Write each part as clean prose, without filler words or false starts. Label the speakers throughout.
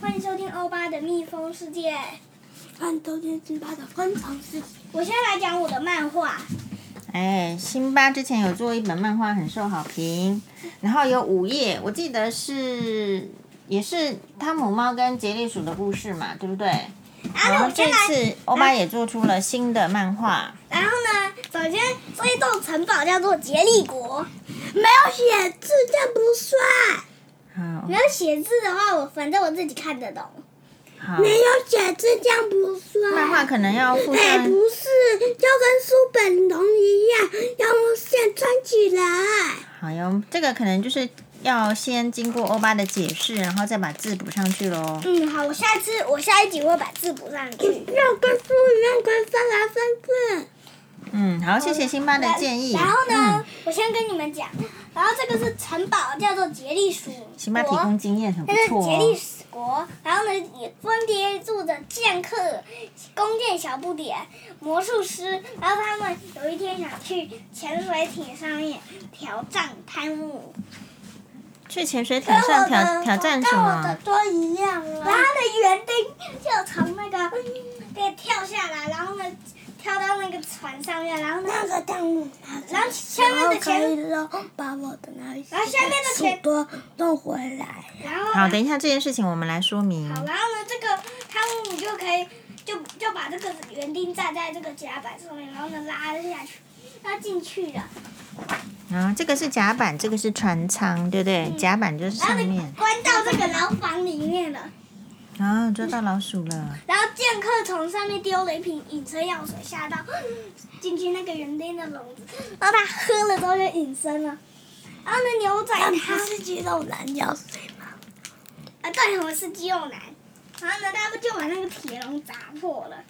Speaker 1: 欢迎收听欧巴的蜜蜂世界。
Speaker 2: 欢迎收听辛巴的疯狂世界。
Speaker 1: 我现在来讲我的漫画。
Speaker 3: 辛巴之前有做一本漫画很受好评，然后有5页，我记得也是汤姆猫跟杰利鼠的故事嘛，对不对？然后这次欧巴也做出了新的漫画。
Speaker 1: 然后呢，首先这一栋城堡叫做杰利国，
Speaker 2: 没有写字，这样不算。
Speaker 3: 好，
Speaker 1: 没有写字的话，反正我自己看得懂。
Speaker 3: 好，
Speaker 2: 没有写字，这样不算。
Speaker 3: 漫画可能要附上。
Speaker 2: 不是，就跟书本龙一样，要用线穿起来。
Speaker 3: 好哟，这个可能就是要先经过欧巴的解释，然后再把字补上去咯。
Speaker 1: 好，我下一集会把字补上去。
Speaker 2: 要跟书一样，可以翻来翻去。
Speaker 3: 好，谢谢辛巴的建议。
Speaker 1: 然后呢，我先跟你们讲，然后这个是城堡，叫做杰利鼠国。
Speaker 3: 辛巴提供经验很不错
Speaker 1: 杰利鼠国，然后呢，也分别住着剑客、弓箭小不点、魔术师，然后他们有一天想去潜水艇上面挑战贪污。
Speaker 3: 去潜水艇上挑战什
Speaker 2: 跟我的
Speaker 3: 么？
Speaker 2: 都一样啊。
Speaker 1: 然后他的园丁就从那个跳下来，然后呢跳到那个船上面，然后呢
Speaker 2: 那个弹幕，
Speaker 1: 然后下面的钱
Speaker 2: 可以让把我的那些
Speaker 1: 然后下面的钱
Speaker 2: 都弄回来。
Speaker 1: 然后
Speaker 3: 好，等一下这件事情我们来说明。
Speaker 1: 好，然后呢，这个汤姆就可以就把这个园丁站在这个甲板上面，然后呢拉下去，拉进去了。
Speaker 3: 这个是甲板，这个是船舱，对不对？甲板就是
Speaker 1: 然后呢
Speaker 3: 上面。
Speaker 1: 关到这个牢房里面了。
Speaker 3: 抓到老鼠了。
Speaker 1: 然后剑客从上面丢了一瓶隐身药水，吓到进去那个园丁的笼子，然后他喝了之后就隐身了。然后呢，牛仔他
Speaker 2: 是肌肉男药水吗？
Speaker 1: 对，我是肌肉男。然后呢，他们就把那个铁笼砸破了。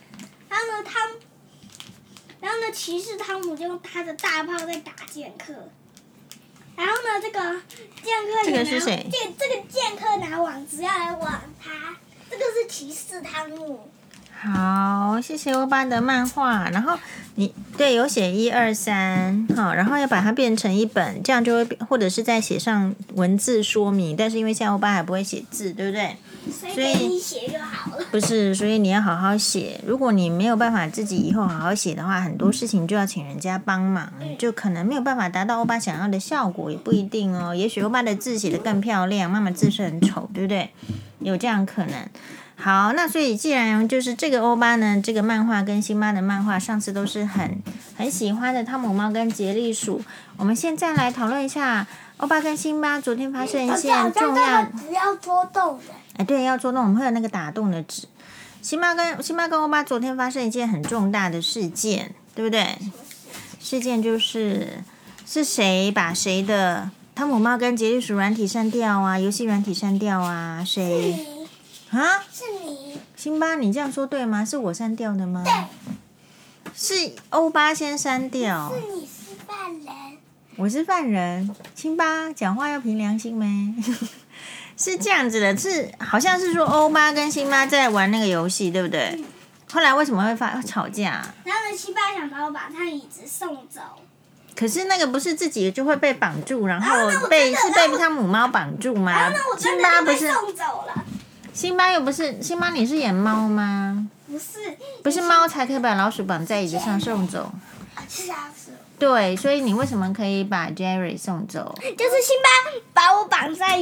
Speaker 1: 然后呢，骑士汤姆就用他的大炮在打剑客。然后呢，这个剑客也拿
Speaker 3: 这个是谁？
Speaker 1: 这个剑客拿网子要来网他。这个是骑士汤姆。
Speaker 3: 好，谢谢欧巴的漫画。然后有写1、2、3，好，然后要把它变成一本，这样就会或者是再写上文字说明。但是因为现在欧巴还不会写字，对不对？
Speaker 1: 所以给你写就好了。
Speaker 3: 不是，所以你要好好写。如果你没有办法自己以后好好写的话，很多事情就要请人家帮忙，就可能没有办法达到欧巴想要的效果，也不一定哦。也许欧巴的字写得更漂亮，妈妈字是很丑，对不对？有这样可能。好，那所以既然就是这个欧巴呢，这个漫画跟辛巴的漫画上次都是很喜欢的汤姆猫跟杰利鼠，我们现在来讨论一下欧巴跟辛巴昨天发生一件重要。
Speaker 2: 只要戳洞的。
Speaker 3: 对，要做洞，我们会有那个打洞的纸。辛巴跟欧巴昨天发生一件很重大的事件，对不对？事件就是谁把谁的汤姆猫跟杰利鼠软体删掉啊，游戏软体删掉啊？谁？
Speaker 1: 是你。
Speaker 3: 辛巴，你这样说对吗？是我删掉的吗？
Speaker 1: 对。
Speaker 3: 是欧巴先删掉。
Speaker 2: 是你是犯人。
Speaker 3: 我是犯人。辛巴讲话要凭良心没？是这样子的，好像是说欧巴跟辛巴在玩那个游戏，对不对？后来为什么会吵架？
Speaker 1: 然后呢，辛巴想把我把他椅子送走。
Speaker 3: 可是那个不是自己就会被绑住，然后被汤姆猫绑住吗？
Speaker 1: 然后呢，我真的就被送走了。
Speaker 3: 辛巴又不是，辛巴你是演猫吗？不是猫才可以把老鼠绑在椅子上送走。
Speaker 2: 是啊，是。
Speaker 3: 对，所以你为什么可以把 Jerry 送走？
Speaker 1: 就是辛巴把我绑在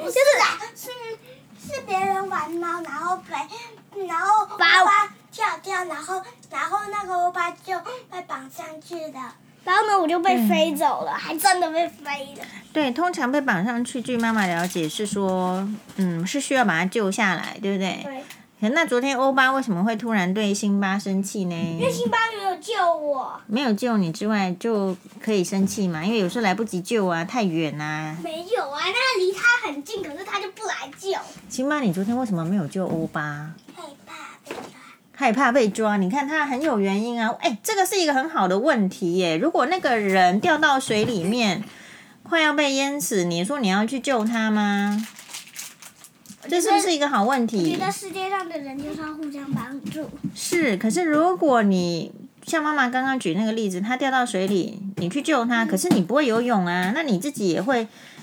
Speaker 2: 是别人玩猫，然后欧巴跳，然后那个欧巴就被绑上去了。
Speaker 1: 然后呢，我就被飞走了，还真的被飞了。
Speaker 3: 对，通常被绑上去，据妈妈了解是说，是需要把它救下来，对不对？
Speaker 1: 对。
Speaker 3: 那昨天欧巴为什么会突然对辛巴生气呢？
Speaker 1: 因为辛巴没有救我。
Speaker 3: 没有救你之外，就可以生气嘛？因为有时候来不及救啊，太远啊。
Speaker 1: 没有啊，那离他很近，可是他就不来救。
Speaker 3: 辛巴，你昨天为什么没有救欧巴？
Speaker 2: 害怕被抓。
Speaker 3: 你看他很有原因啊。这个是一个很好的问题耶。如果那个人掉到水里面，快要被淹死，你说你要去救他吗？这是不是一个好问题？
Speaker 1: 我觉得世界上的人就是要互相帮助。
Speaker 3: 是，可是如果你像妈妈刚刚举那个例子，他掉到水里，你去救他，可是你不会游泳啊，那你自己也会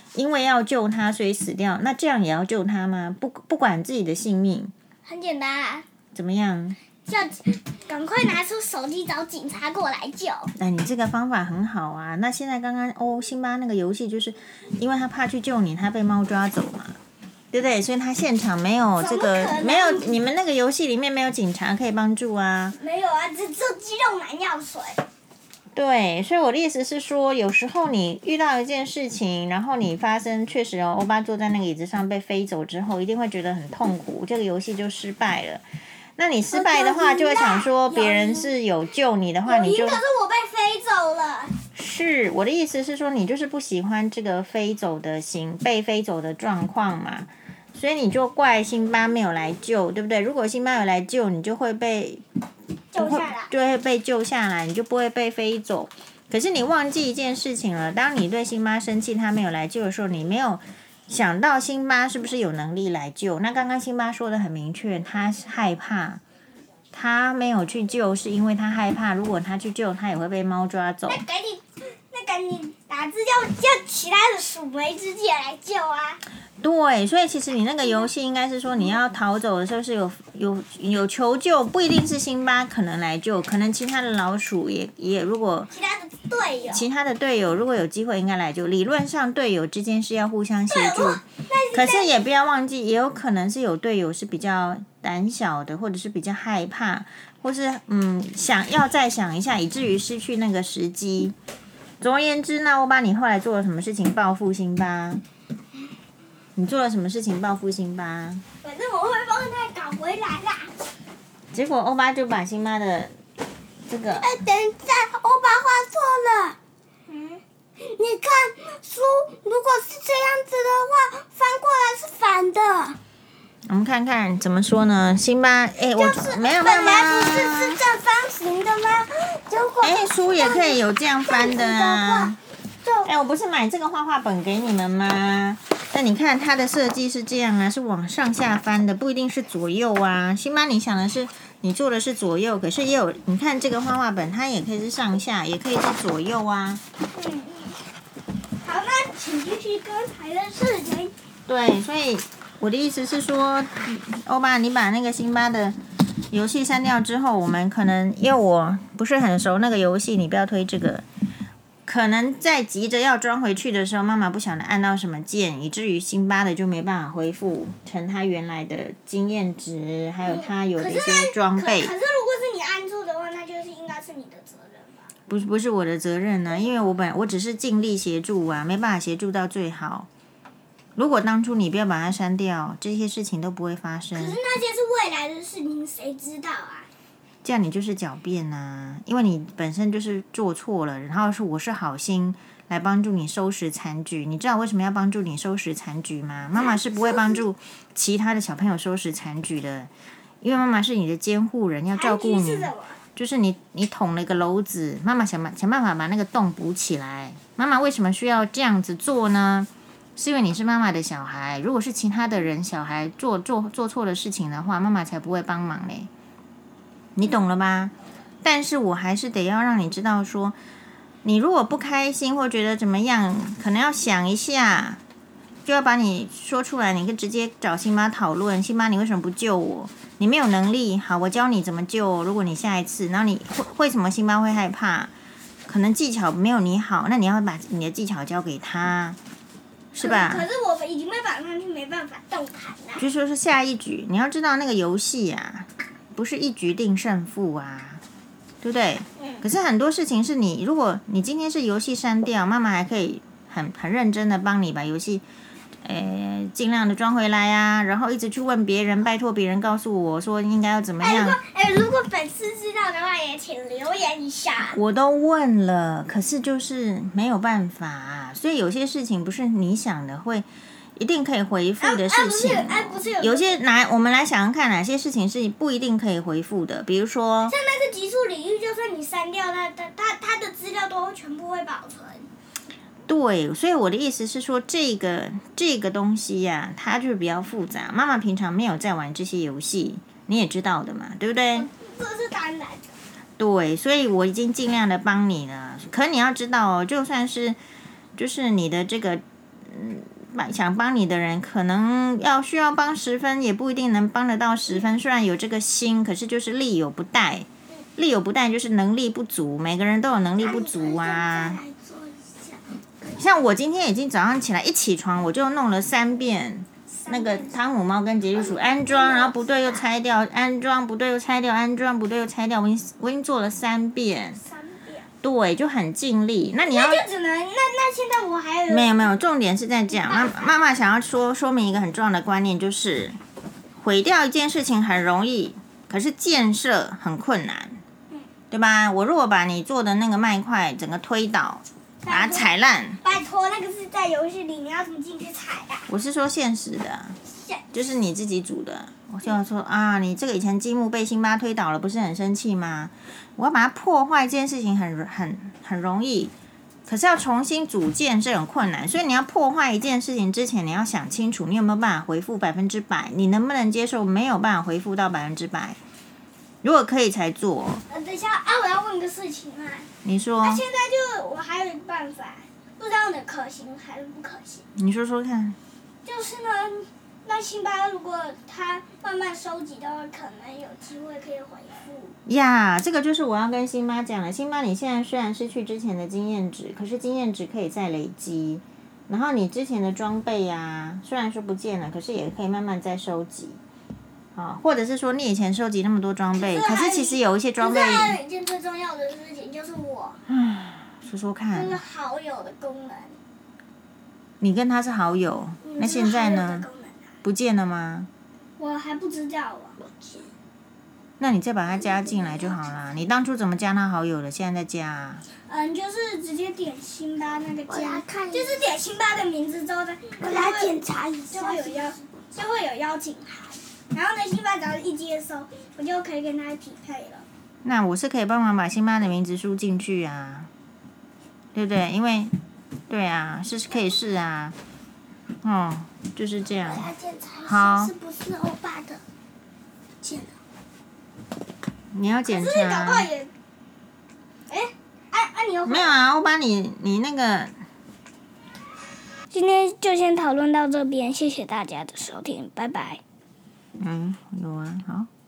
Speaker 3: 因为要救他所以死掉，那这样也要救他吗？不管自己的性命，
Speaker 1: 很简单啊，
Speaker 3: 怎么样？
Speaker 1: 叫赶快拿出手机找警察过来救。
Speaker 3: 你这个方法很好啊。那现在刚刚辛巴那个游戏，就是因为他怕去救你，他被猫抓走嘛，对不对？所以他现场没有这个，没有你们那个游戏里面没有警察可以帮助啊。
Speaker 1: 没有啊，只有肌肉男药水。
Speaker 3: 对，所以我的意思是说，有时候你遇到一件事情，然后你发生确实欧巴坐在那个椅子上被飞走之后，一定会觉得很痛苦，这个游戏就失败了。那你失败的话，就会想说别人是有救你的话，你就
Speaker 1: 可是我被飞走了。
Speaker 3: 是我的意思是说，你就是不喜欢这个被飞走的状况嘛，所以你就怪辛巴没有来救，对不对？如果辛巴有来救，你就会被
Speaker 1: 救下来，
Speaker 3: 就会被救下来，你就不会被飞走。可是你忘记一件事情了，当你对辛巴生气，他没有来救的时候，你没有想到辛巴是不是有能力来救？那刚刚辛巴说的很明确，他害怕，他没有去救，是因为他害怕，如果他去救，他也会被猫抓走。
Speaker 1: 那赶紧打字叫其他的鼠莓之姐来救啊！
Speaker 3: 对，所以其实你那个游戏应该是说，你要逃走的时候是有求救，不一定是辛巴可能来救，可能其他的老鼠也如果其他的队友如果有机会应该来救。理论上队友之间是要互相协助，可是也不要忘记，也有可能是有队友是比较胆小的，或者是比较害怕，或是要再想一下，以至于失去那个时机。总而言之，那欧巴你后来做了什么事情报复辛巴？你做了什么事情报复辛巴？
Speaker 1: 反正我会帮他搞回来啦。
Speaker 3: 结果欧巴就把辛巴的这个……
Speaker 2: 等一下，欧巴画错了。你看书，如果是这样子的话，翻过来是反的。
Speaker 3: 我们看看怎么说呢？辛巴，我没有
Speaker 2: 本来不是正方形的吗？结果
Speaker 3: 书也可以有这样翻的啊。我不是买这个画画本给你们吗？但你看它的设计是这样啊，是往上下翻的，不一定是左右啊。辛巴，你想的是你做的是左右，可是也有你看这个画画本，它也可以是上下，也可以是左右啊。
Speaker 1: 好，那请继续刚才的事情。
Speaker 3: 对，所以我的意思是说，欧巴，你把那个辛巴的游戏删掉之后，我们可能因为我不是很熟那个游戏，你不要推这个。可能在急着要装回去的时候，妈妈不晓得按到什么键，以至于辛巴的就没办法恢复成他原来的经验值，还有他有的一些装备。
Speaker 1: 可是如果是你按错的话，那就是应该是你的责任吧？
Speaker 3: 不是我的责任呢，因为我只是尽力协助啊，没办法协助到最好。如果当初你不要把它删掉，这些事情都不会发生。
Speaker 1: 可是那些是未来的事情，谁知道啊？
Speaker 3: 这样你就是狡辩啊，因为你本身就是做错了，然后我是好心来帮助你收拾残局。你知道为什么要帮助你收拾残局吗？妈妈是不会帮助其他的小朋友收拾残局的，因为妈妈是你的监护人，要照顾你。就是你捅了一个篓子，妈妈想办法把那个洞补起来。妈妈为什么需要这样子做呢？是因为你是妈妈的小孩，如果是其他的人小孩做错的事情的话，妈妈才不会帮忙嘞。你懂了吧？但是我还是得要让你知道说，你如果不开心或觉得怎么样，可能要想一下，就要把你说出来。你可以直接找辛巴讨论，辛巴你为什么不救我？你没有能力，好，我教你怎么救。如果你下一次，然后你为什么辛巴会害怕？可能技巧没有你好，那你要把你的技巧交给他，是吧？
Speaker 1: 可是我已经被绑上去，没办法动弹了。
Speaker 3: 就说是下一局，你要知道那个游戏啊。不是一局定胜负啊，对不对？可是很多事情是你，如果你今天是游戏删掉，妈妈还可以很认真的帮你把游戏，尽量的装回来啊，然后一直去问别人，拜托别人告诉我说应该要怎么样。
Speaker 1: 如果粉丝知道的话，也请留言一下。
Speaker 3: 我都问了，可是就是没有办法啊，所以有些事情不是你想的会。一定可以回复的事情，有些我们来想想看，哪些事情是不一定可以回复的，比如说
Speaker 1: 像那个极速领域，就算你删掉它的资料都全部会保存。
Speaker 3: 对，所以我的意思是说，这个东西呀，它就是比较复杂。妈妈平常没有在玩这些游戏，你也知道的嘛，对不对？
Speaker 1: 这是当然的。
Speaker 3: 对，所以我已经尽量的帮你了。可你要知道哦，就算是就是你的这个。 想帮你的人，可能需要帮10分，也不一定能帮得到10分。虽然有这个心，可是就是力有不逮。力有不逮就是能力不足，每个人都有能力不足啊。像我今天已经早上起来一起床，我就弄了3遍那个汤姆猫跟杰利鼠安装，然后不对又拆掉，安装不对又拆掉，安装不对又拆掉，我已经做了3遍。对，就很尽力。那你要
Speaker 1: 那就只能那现在我还有
Speaker 3: 没有，重点是在讲妈妈想要说明一个很重要的观念，就是毁掉一件事情很容易，可是建设很困难，对吧？我如果把你做的那个麦块整个推倒，把它踩烂，
Speaker 1: 拜托，那个是在游戏里，你要怎么进去踩啊？
Speaker 3: 我是说现实的，就是你自己煮的。我就要说啊，你这个以前积木被辛巴推倒了，不是很生气吗？我要把它破坏这件事情很容易，可是要重新组建是很困难。所以你要破坏一件事情之前，你要想清楚，你有没有办法回复100%？你能不能接受没有办法回复到100%？如果可以才做。
Speaker 1: 等一下啊，我要问个事情啊。
Speaker 3: 你说。
Speaker 1: 现在就我还有一个办法，不知道能可行还是不可行。
Speaker 3: 你说说看。
Speaker 1: 就是呢，那辛巴如果他慢慢收集的话，可能有机会可以回复。
Speaker 3: 呀，这个就是我要跟辛巴讲的。辛巴，你现在虽然失去之前的经验值，可是经验值可以再累积。然后你之前的装备啊，虽然说不见了，可是也可以慢慢再收集。或者是说你以前收集那么多装备，可是其实有一些装备。
Speaker 1: 还有一件最重要的事情就是我。
Speaker 3: 说说看。
Speaker 1: 就是好友的功能。
Speaker 3: 你跟他是好友，那现在呢？不见了吗？
Speaker 1: 我还不知道啊。
Speaker 3: 那你再把他加进来就好啦。你当初怎么加他好友的？现在再加啊。
Speaker 1: 就是直接点辛巴那个加，就是点辛巴的名字之后，
Speaker 2: 我来检查一下，
Speaker 1: 就会有邀请函。然后呢，辛巴只要一接收，我就可以跟他匹配了。
Speaker 3: 那我是可以帮忙把辛巴的名字输进去啊，对不对？因为，对啊，是可以试啊。就是这样。
Speaker 2: 我来检查一
Speaker 3: 下
Speaker 2: 是不是欧巴的见了。
Speaker 3: 你要检查。
Speaker 1: 可是搞不好也，你又
Speaker 3: 没有啊？欧巴你那个。
Speaker 1: 今天就先讨论到这边，谢谢大家的收听，拜拜。
Speaker 3: 有啊，好。